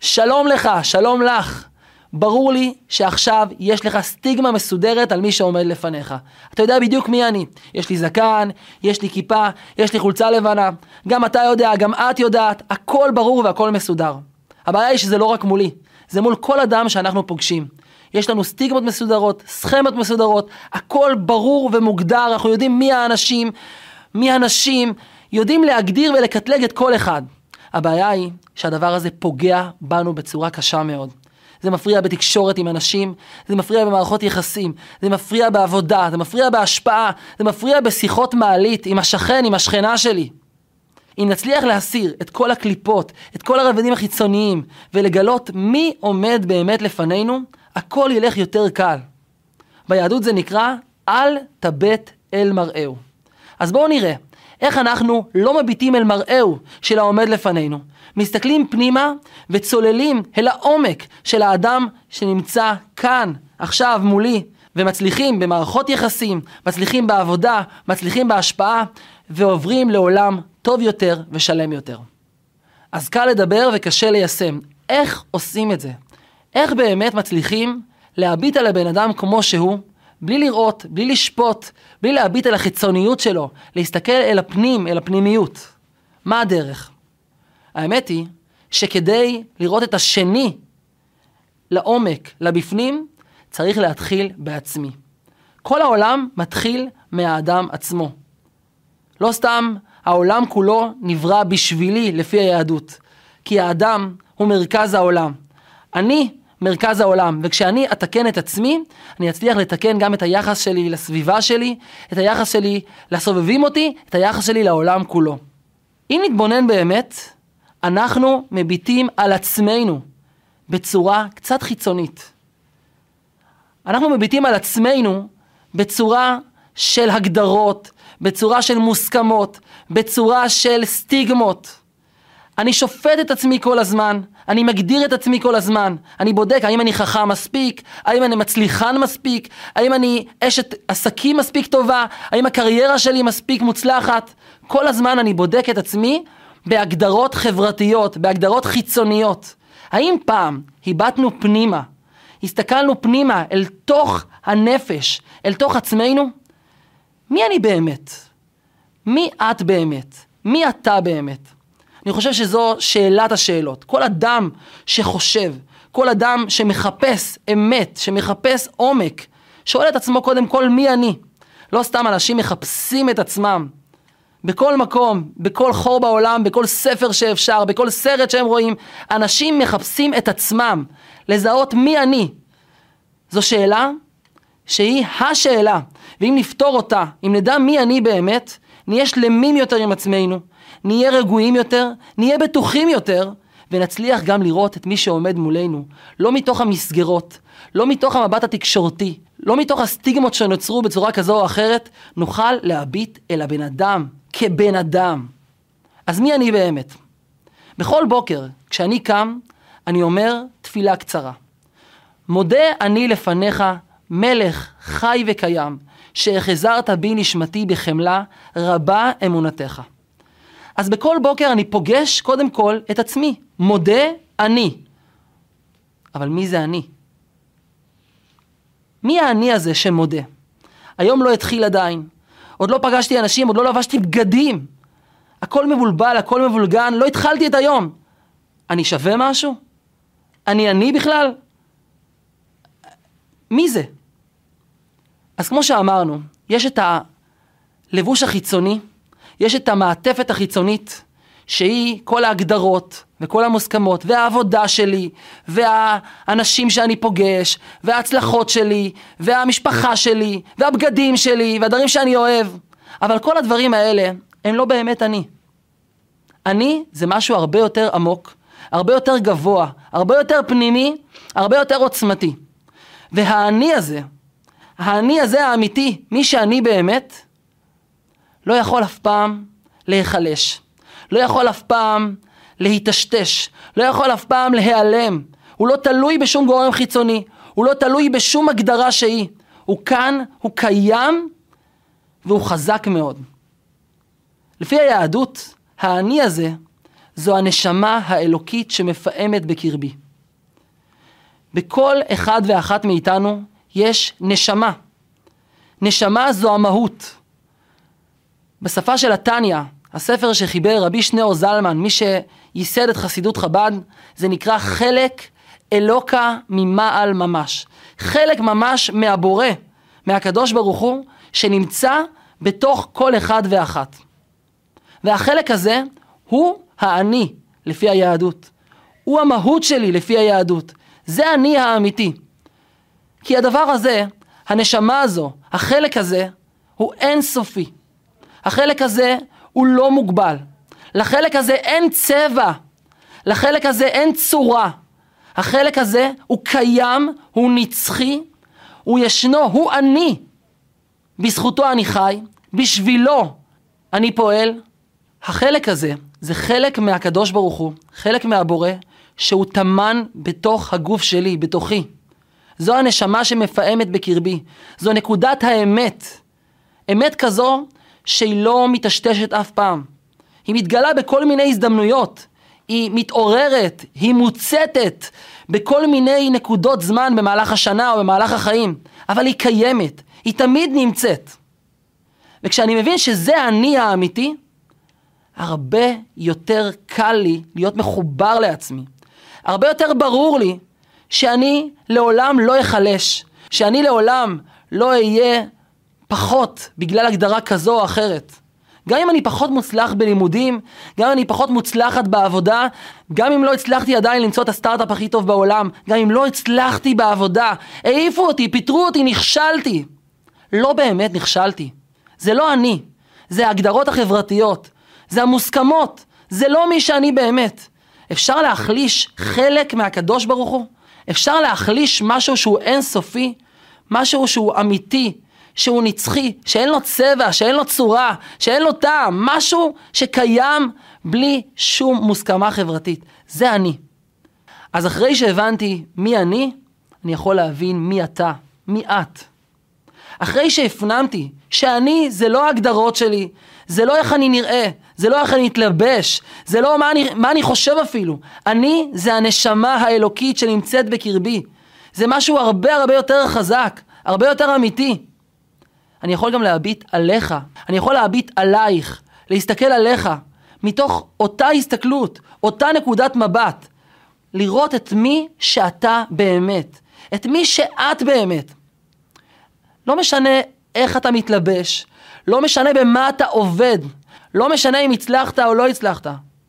שלום לך, שלום לך. ברור לי שעכשיו יש לך סטיגמה מסודרת על מי שעומד לפניך. אתה יודע בדיוק מי אני. יש לי זקן, יש לי כיפה, יש לי חולצה לבנה. גם אתה יודע, גם את יודעת. הכל ברור והכל מסודר. הבעיה היא שזה לא רק מולי. זה מול כל אדם שאנחנו פוגשים. יש לנו סטיגמות מסודרות, סכמות מסודרות. הכל ברור ומוגדר. אנחנו יודעים מי האנשים, יודעים להגדיר ולקטלג את כל אחד. הבעיה היא שהדבר הזה פוגע בנו בצורה קשה מאוד. זה מפריע בתקשורת עם אנשים, זה מפריע במערכות יחסים, זה מפריע בעבודה, זה מפריע בהשפעה, זה מפריע בשיחות מעלית עם השכן, עם השכנה שלי. אם נצליח להסיר את כל הקליפות, את כל הרבדים החיצוניים, ולגלות מי עומד באמת לפנינו, הכל ילך יותר קל. ביהדות זה נקרא, אל תבט אל מראהו. אז בואו נראה, איך אנחנו לא מביטים אל מראהו של העומד לפנינו. מסתכלים פנימה וצוללים אל העומק של האדם שנמצא כאן, עכשיו מולי, ומצליחים במערכות יחסים, מצליחים בעבודה, מצליחים בהשפעה, ועוברים לעולם טוב יותר ושלם יותר. אז קל לדבר וקשה ליישם. איך עושים את זה? איך באמת מצליחים להביט על הבן אדם כמו שהוא, בלי לראות, בלי לשפוט, בלי להביט על החיצוניות שלו, להסתכל אל הפנים, אל הפנימיות? מה הדרך? האמת היא שכדי לראות את השני לעומק, לבפנים, צריך להתחיל בעצמי. כל העולם מתחיל מהאדם עצמו. לא סתם העולם כולו נברא בשבילי לפי היהדות, כי האדם הוא מרכז העולם. אני מרכז העולם, וכשאני אתקן את עצמי, אני אצליח לתקן גם את היחס שלי לסביבה שלי, את היחס שלי לסובבים אותי, את היחס שלי לעולם כולו. אם נתבונן באמת, אנחנו מביטים על עצמנו בצורה קצת חיצונית. אנחנו מביטים על עצמנו בצורה של הגדרות, בצורה של מוסכמות, בצורה של סטיגמות. אני שופט את עצמי כל הזמן, אני מגדיר את עצמי כל הזמן, אני בודק האם אני חכם מספיק, האם אני מצליחן מספיק, האם אני אשת עסקים מספיק טובה, האם הקריירה שלי מספיק מוצלחת. כל הזמן אני בודק את עצמי בהגדרות חברתיות, בהגדרות חיצוניות. האם פעם היבטנו פנימה, הסתכלנו פנימה אל תוך הנפש, אל תוך עצמנו? מי אני באמת? מי את באמת? מי אתה באמת? אני חושב שזו שאלת השאלות. כל אדם שחושב, כל אדם שמחפש אמת, שמחפש עומק, שואל את עצמו קודם כל מי אני. לא סתם אנשים מחפשים את עצמם. בכל מקום, בכל חור בעולם, בכל ספר שאפשר, בכל סרט שהם רואים, אנשים מחפשים את עצמם, לזהות מי אני. זו שאלה שהיא השאלה, ואם נפתור אותה, אם נדע מי אני באמת, נהיה שלמים יותר עם עצמנו, נהיה רגועים יותר, נהיה בטוחים יותר, ונצליח גם לראות את מי שעומד מולנו, לא מתוך המסגרות, לא מתוך המבט התקשורתי, לא מתוך הסטיגמות שנוצרו בצורה כזו או אחרת, נוכל להביט אל הבן אדם, כבן אדם. אז מי אני באמת? בכל בוקר, כשאני קם, אני אומר תפילה קצרה. מודה אני לפניך, מלך חי וקיים, שהחזרת בי נשמתי בחמלה, רבה אמונתך. אז בכל בוקר אני פוגש קודם כל את עצמי. מודה אני. אבל מי זה אני? מי האני הזה שמודה? היום לא התחיל עדיין. עוד לא פגשתי אנשים, עוד לא לבשתי בגדים. הכל מבולבל, הכל מבולגן, לא התחלתי את היום. אני שווה משהו? אני בכלל? מי זה? אז כמו שאמרנו, יש את הלבוש החיצוני, יש את המעטפת החיצונית, שהיא כל ההגדרות וכל המוסכמות, והעבודה שלי, והאנשים שאני פוגש, וההצלחות שלי, והמשפחה שלי, והבגדים שלי, והדברים שאני אוהב. אבל כל הדברים האלה הם לא באמת אני. אני זה משהו הרבה יותר עמוק, הרבה יותר גבוה, הרבה יותר פנימי, הרבה יותר עוצמתי. והאני הזה, האני הזה האמיתי, מי שאני באמת, לא יכול אף פעם להיחלש, לא יכול אף פעם להתשתש, לא יכול אף פעם להיעלם. הוא לא תלוי בשום גורם חיצוני, הוא לא תלוי בשום הגדרה שהיא. הוא כאן, הוא קיים, והוא חזק מאוד. לפי היהדות, האני הזה זו הנשמה האלוקית שמפעמת בקרבי. בכל אחד ואחת מאיתנו יש נשמה. נשמה זו המהות. בשפה של התניא, הספר שחיבר רבי שניאור זלמן, מי שייסד את חסידות חב"ד, זה נקרא חלק אלוקה ממעל ממש. חלק ממש מהבורא, מהקדוש ברוך הוא, שנמצא בתוך כל אחד ואחת. והחלק הזה הוא האני לפי היהדות. הוא המהות שלי לפי היהדות. זה אני האמיתי. כי הדבר הזה, הנשמה הזו, החלק הזה, הוא אינסופי. החלק הזה הוא לא מוגבל. לחלק הזה אין צבע. לחלק הזה אין צורה. החלק הזה הוא קיים, הוא נצחי, הוא ישנו, הוא אני. בזכותו אני חי, בשבילו אני פועל. החלק הזה זה חלק מהקדוש ברוך הוא, חלק מהבורא, שהוא תמן בתוך הגוף שלי, בתוכי. זו הנשמה שמפעמת בקרבי. זו נקודת האמת. אמת כזו שהיא לא מתשתשת אף פעם. היא מתגלה בכל מיני הזדמנויות. היא מתעוררת, היא מוצטת בכל מיני נקודות זמן במהלך השנה או במהלך החיים. אבל היא קיימת, היא תמיד נמצאת. וכשאני מבין שזה אני האמיתי, הרבה יותר קל לי להיות מחובר לעצמי. הרבה יותר ברור לי שאני לעולם לא אחלש, שאני לעולם לא אהיה פחות בגלל הגדרה כזו או אחרת. גם אם אני פחות מוצלח בלימודים, גם אם אני פחות מוצלחת בעבודה, גם אם לא הצלחתי עדיין למצוא את הסטארט-אפ הכי טוב בעולם, גם אם לא הצלחתי בעבודה, העיפו אותי, פיטרו אותי, נכשלתי. לא באמת נכשלתי. זה לא אני, זה ההגדרות החברתיות, זה המוסכמות, זה לא מי שאני באמת. אפשר להחליש חלק מהקדוש ברוך הוא? אפשר להחליש משהו שהוא אינסופי, משהו שהוא אמיתי, שהוא נצחי, שאין לו צבע, שאין לו צורה, שאין לו טעם, משהו שקיים בלי שום מוסכמה חברתית. זה אני. אז אחרי שהבנתי מי אני יכול להבין מי אתה, מי את. אחרי שהפנמתי שאני זה לא ההגדרות שלי, זה לא איך אני נראה, זה לא איך אני מתלבש, זה לא מה אני חושב אפילו. אני זה הנשמה האלוקית שנמצאת בקרבי. זה משהו הרבה הרבה יותר חזק, הרבה יותר אמיתי. אני יכול גם להביט עליך, אני יכול להביט עלייך, להסתכל עליך, מתוך אותה הסתכלות, אותה נקודת מבט, לראות את מי שאתה באמת, את מי שאת באמת. לא משנה איך אתה מתלבש, לא משנה במה אתה עובד, לא משנה אם הצלחת או לא הצלחת.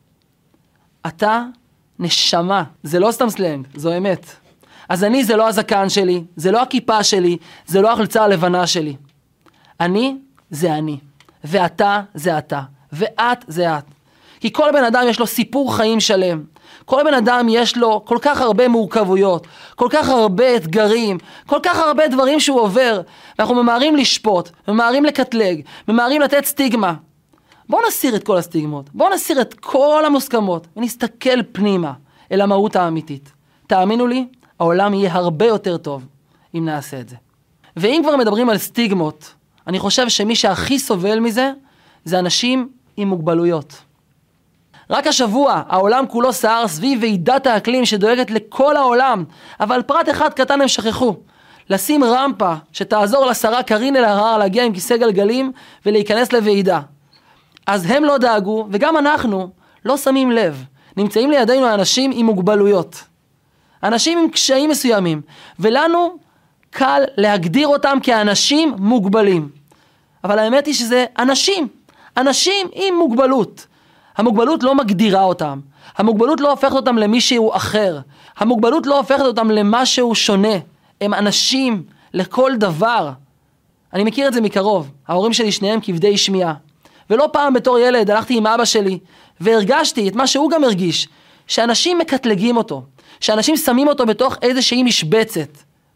אתה נשמה, זה לא סתם סלנג, זו אמת. אז אני זה לא הזקן שלי, זה לא הכיפה שלי, זה לא החולצה הלבנה שלי. אני זה אני, ואתה זה אתה, ואת זה את. כי כל בן אדם יש לו סיפור חיים שלם. כל בן אדם יש לו כל כך הרבה מורכבויות, כל כך הרבה אתגרים, כל כך הרבה דברים שהוא עובר, ואנחנו ממהרים לשפוט, ממהרים לקטלג, ממהרים לתת סטיגמה. בואו נסיר את כל הסטיגמות, בואו נסיר את כל המוסכמות, ונסתכל פנימה אל המהות האמיתית. תאמינו לי, העולם יהיה הרבה יותר טוב אם נעשה את זה. ואם כבר מדברים על סטיגמות, אני חושב שמי שהכי סובל מזה, זה אנשים עם מוגבלויות. רק השבוע העולם כולו סער סביב ועידת האקלים שדואגת לכל העולם, אבל פרט אחד קטן הם שכחו, לשים רמפה שתעזור לשרה קארין אלהרר להגיע עם כיסא גלגלים ולהיכנס לוועידה. אז הם לא דאגו, וגם אנחנו לא שמים לב. נמצאים לידינו אנשים עם מוגבלויות. אנשים עם קשיים מסוימים, ולנו קל להגדיר אותם כאנשים מוגבלים. אבל האמת היא שזה אנשים עם מוגבלות. המוגבלות לא מגדירה אותם. המוגבלות לא הופכת אותם למישהו אחר. המוגבלות לא הופכת אותם למשהו שונה. הם אנשים לכל דבר. אני מכיר את זה מקרוב. ההורים שלי שניהם כבדי שמיעה. ולא פעם בתור ילד הלכתי עם אבא שלי, והרגשתי את מה שהוא גם הרגיש, שאנשים מקטלגים אותו, שאנשים שמים אותו בתוך איזושהי משבצת.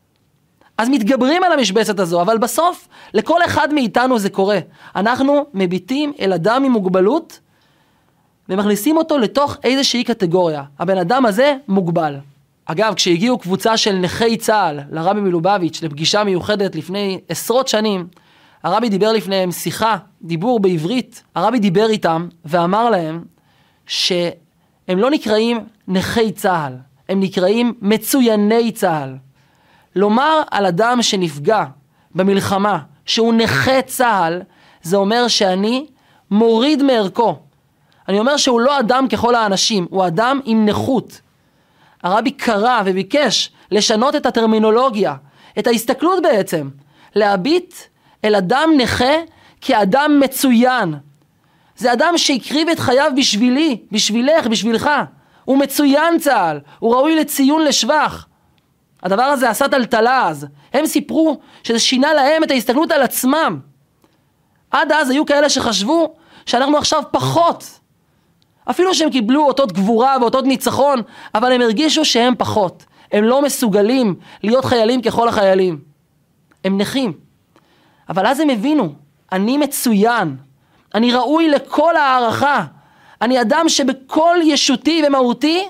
אז מתגברים על המשבצת הזו, אבל בסוף לכל אחד מאיתנו זה קורה. אנחנו מביטים אל אדם עם מוגבלות, ומכניסים אותו לתוך איזושהי קטגוריה. הבן אדם הזה מוגבל. אגב, כשהגיעו קבוצה של נכי צה"ל לרבי מלובביץ' לפגישה מיוחדת לפני עשרות שנים, הרבי דיבר לפניהם דיבור בעברית. הרבי דיבר איתם ואמר להם הם לא נקראים נכי צה"ל, הם נקראים מצויני צה"ל. לומר על אדם שנפגע במלחמה שהוא נכה צה"ל, זה אומר שאני מוריד מערכו. אני אומר שהוא לא אדם ככל האנשים, הוא אדם עם נכות. הרבי קרא וביקש לשנות את הטרמינולוגיה, את ההסתכלות בעצם, להביט אל אדם נכה כאדם מצוין. זה אדם שהקריב את חייו בשבילי, בשבילך, בשבילך. הוא מצוין צה"ל, הוא ראוי לציון לשבח. הדבר הזה עשה טלטלה אז. הם סיפרו שזה שינה להם את ההסתכלות על עצמם. עד אז היו כאלה שחשבו שאנחנו עכשיו פחות. אפילו שהם קיבלו אותות גבורה ואותות ניצחון, אבל הם הרגישו שהם פחות. הם לא מסוגלים להיות חיילים ככל החיילים. הם נכים. אבל אז הם הבינו, אני מצוין. אני ראוי לכל הערכה. אני אדם שבכל ישותי ומהותי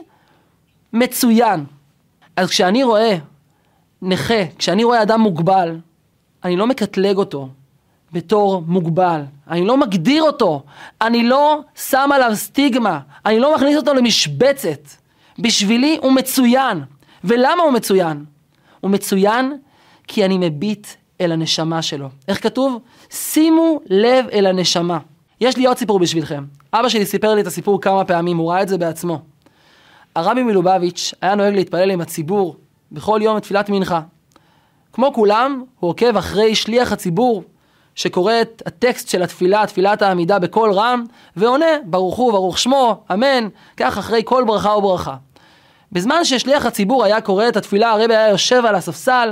מצוין. אז כשאני רואה נכה, כשאני רואה אדם מוגבל, אני לא מקטלג אותו בתור מוגבל. אני לא מגדיר אותו. אני לא שם עליו סטיגמה. אני לא מכניס אותו למשבצת. בשבילי הוא מצוין. ולמה הוא מצוין? הוא מצוין כי אני מביט אל הנשמה שלו. איך כתוב? שימו לב אל הנשמה. יש לי עוד סיפור בשבילכם. אבא שלי סיפר לי את הסיפור כמה פעמים, הוא ראה את זה בעצמו. הרבי מלובביץ' היה נוהג להתפלל עם הציבור בכל יום תפילת מנחה. כמו כולם, הוא עוקב אחרי שליח הציבור שקורא את הטקסט של התפילה, תפילת העמידה בקול רם, ועונה ברוך הוא ברוך שמו, אמן, כך אחרי כל ברכה וברכה. בזמן ששליח הציבור היה קורא את התפילה, הרבי היה יושב על הספסל,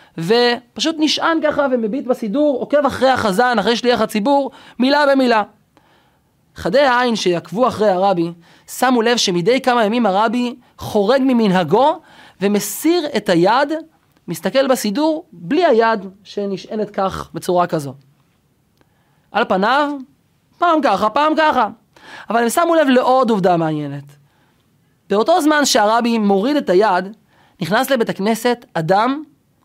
ופשוט נשען ככה ומביט בסידור, עוקב אחרי החזן, אחרי שליח הציבור, מילה במילה. חדי העין שעקבו אחרי הרבי, שמו לב שמדי כמה ימים הרבי חורג ממנהגו, ומסיר את היד, מסתכל בסידור, בלי היד שנשענת כך בצורה כזו. על פניו, פעם ככה, פעם ככה. אבל הם שמו לב לעוד עובדה מעניינת. באותו זמן שהרבי מוריד את היד, נכנס לבית הכנסת אדם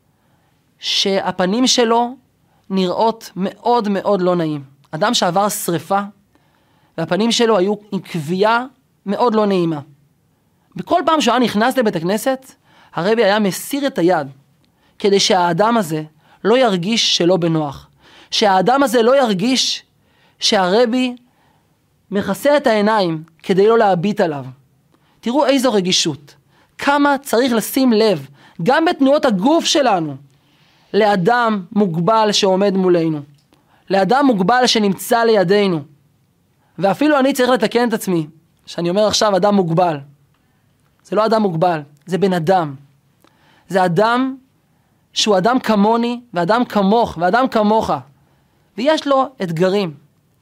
שהפנים שלו נראות מאוד מאוד לא נעים. אדם שעבר שריפה, והפנים שלו היו עם קביעה מאוד לא נעימה. בכל פעם שהוא נכנס לבית הכנסת, הרבי היה מסיר את היד, כדי שהאדם הזה לא ירגיש שלא בנוח. שהאדם הזה לא ירגיש שהרבי מכסה את העיניים כדי לא להביט עליו. תראו איזו רגישות. כמה צריך לשים לב, גם בתנועות הגוף שלנו, לאדם מוגבל שעומד מולנו. לאדם מוגבל שנמצא לידינו. ואפילו אני צריך לתקן את עצמי, שאני אומר עכשיו אדם מוגבל. זה לא אדם מוגבל, זה בן אדם. זה אדם שהוא אדם כמוני, ואדם כמוך, ואדם כמוך. ויש לו אתגרים.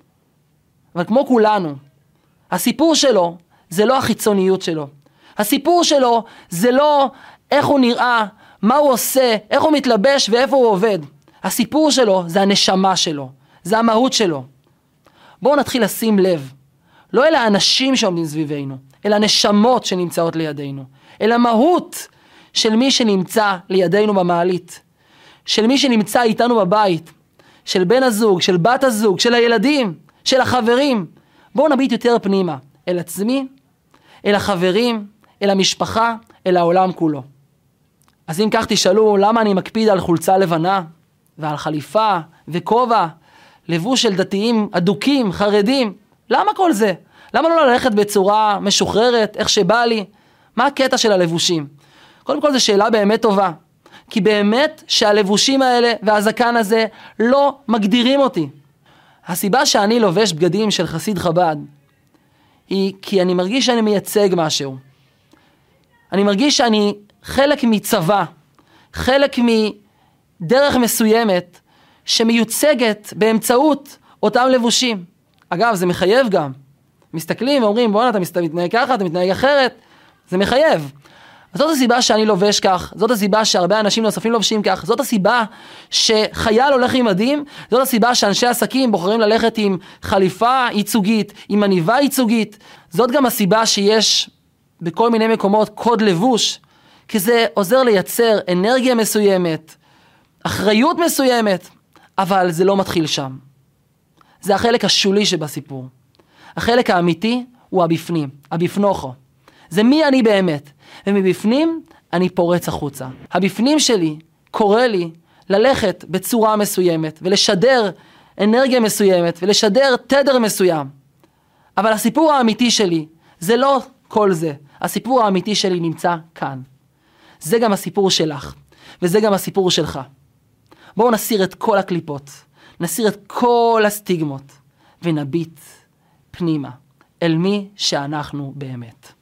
אבל כמו כולנו, הסיפור שלו זה לא החיצוניות שלו. הסיפור שלו זה לא איך הוא נראה, מה הוא עושה, איך הוא מתלבש ואיפה הוא עובד. הסיפור שלו זה הנשמה שלו, זה המהות שלו. בואו נתחיל לשים לב, לא אל האנשים שעומדים סביבנו, אל הנשמות שנמצאות לידינו, אל המהות של מי שנמצא לידינו במעלית, של מי שנמצא איתנו בבית, של בן הזוג, של בת הזוג, של הילדים, של החברים. בואו נביט יותר פנימה, אל עצמי, אל החברים, אל המשפחה, אל העולם כולו. אז אם כך תשאלו, למה אני מקפיד על חולצה לבנה, ועל חליפה וכובע, לבוש של דתיים אדוקים, חרדים? למה כל זה? למה לא ללכת בצורה משוחררת, איך שבא לי? מה הקטע של הלבושים? קודם כל זו שאלה באמת טובה. כי באמת שהלבושים האלה והזקן הזה לא מגדירים אותי. הסיבה שאני לובש בגדים של חסיד חב"ד, היא כי אני מרגיש שאני מייצג משהו. אני מרגיש שאני חלק מצבא, חלק מדרך מסוימת, שמיוצגת באמצעות אותם לבושים. אגב, זה מחייב גם. מסתכלים ואומרים, בוא'נה, אתה מתנהג ככה, אתה מתנהג אחרת. זה מחייב. זאת הסיבה שאני לובש כך, זאת הסיבה שהרבה אנשים נוספים לובשים כך, זאת הסיבה שחייל הולך עם מדים, זאת הסיבה שאנשי עסקים בוחרים ללכת עם חליפה ייצוגית, עם עניבה ייצוגית. זאת גם הסיבה שיש בכל מיני מקומות קוד לבוש, כי זה עוזר לייצר אנרגיה מסוימת, אחריות מסוימת, אבל זה לא מתחיל שם. זה החלק השולי שבסיפור. החלק האמיתי הוא הבפנים, הבפנוכו. זה מי אני באמת. ומבפנים אני פורץ החוצה. הבפנים שלי קורא לי ללכת בצורה מסוימת, ולשדר אנרגיה מסוימת, ולשדר תדר מסוים. אבל הסיפור האמיתי שלי, זה לא כל זה. הסיפור האמיתי שלי נמצא כאן. זה גם הסיפור שלך, וזה גם הסיפור שלך. בואו נסיר את כל הקליפות, נסיר את כל הסטיגמות, ונביט פנימה, אל מי שאנחנו באמת.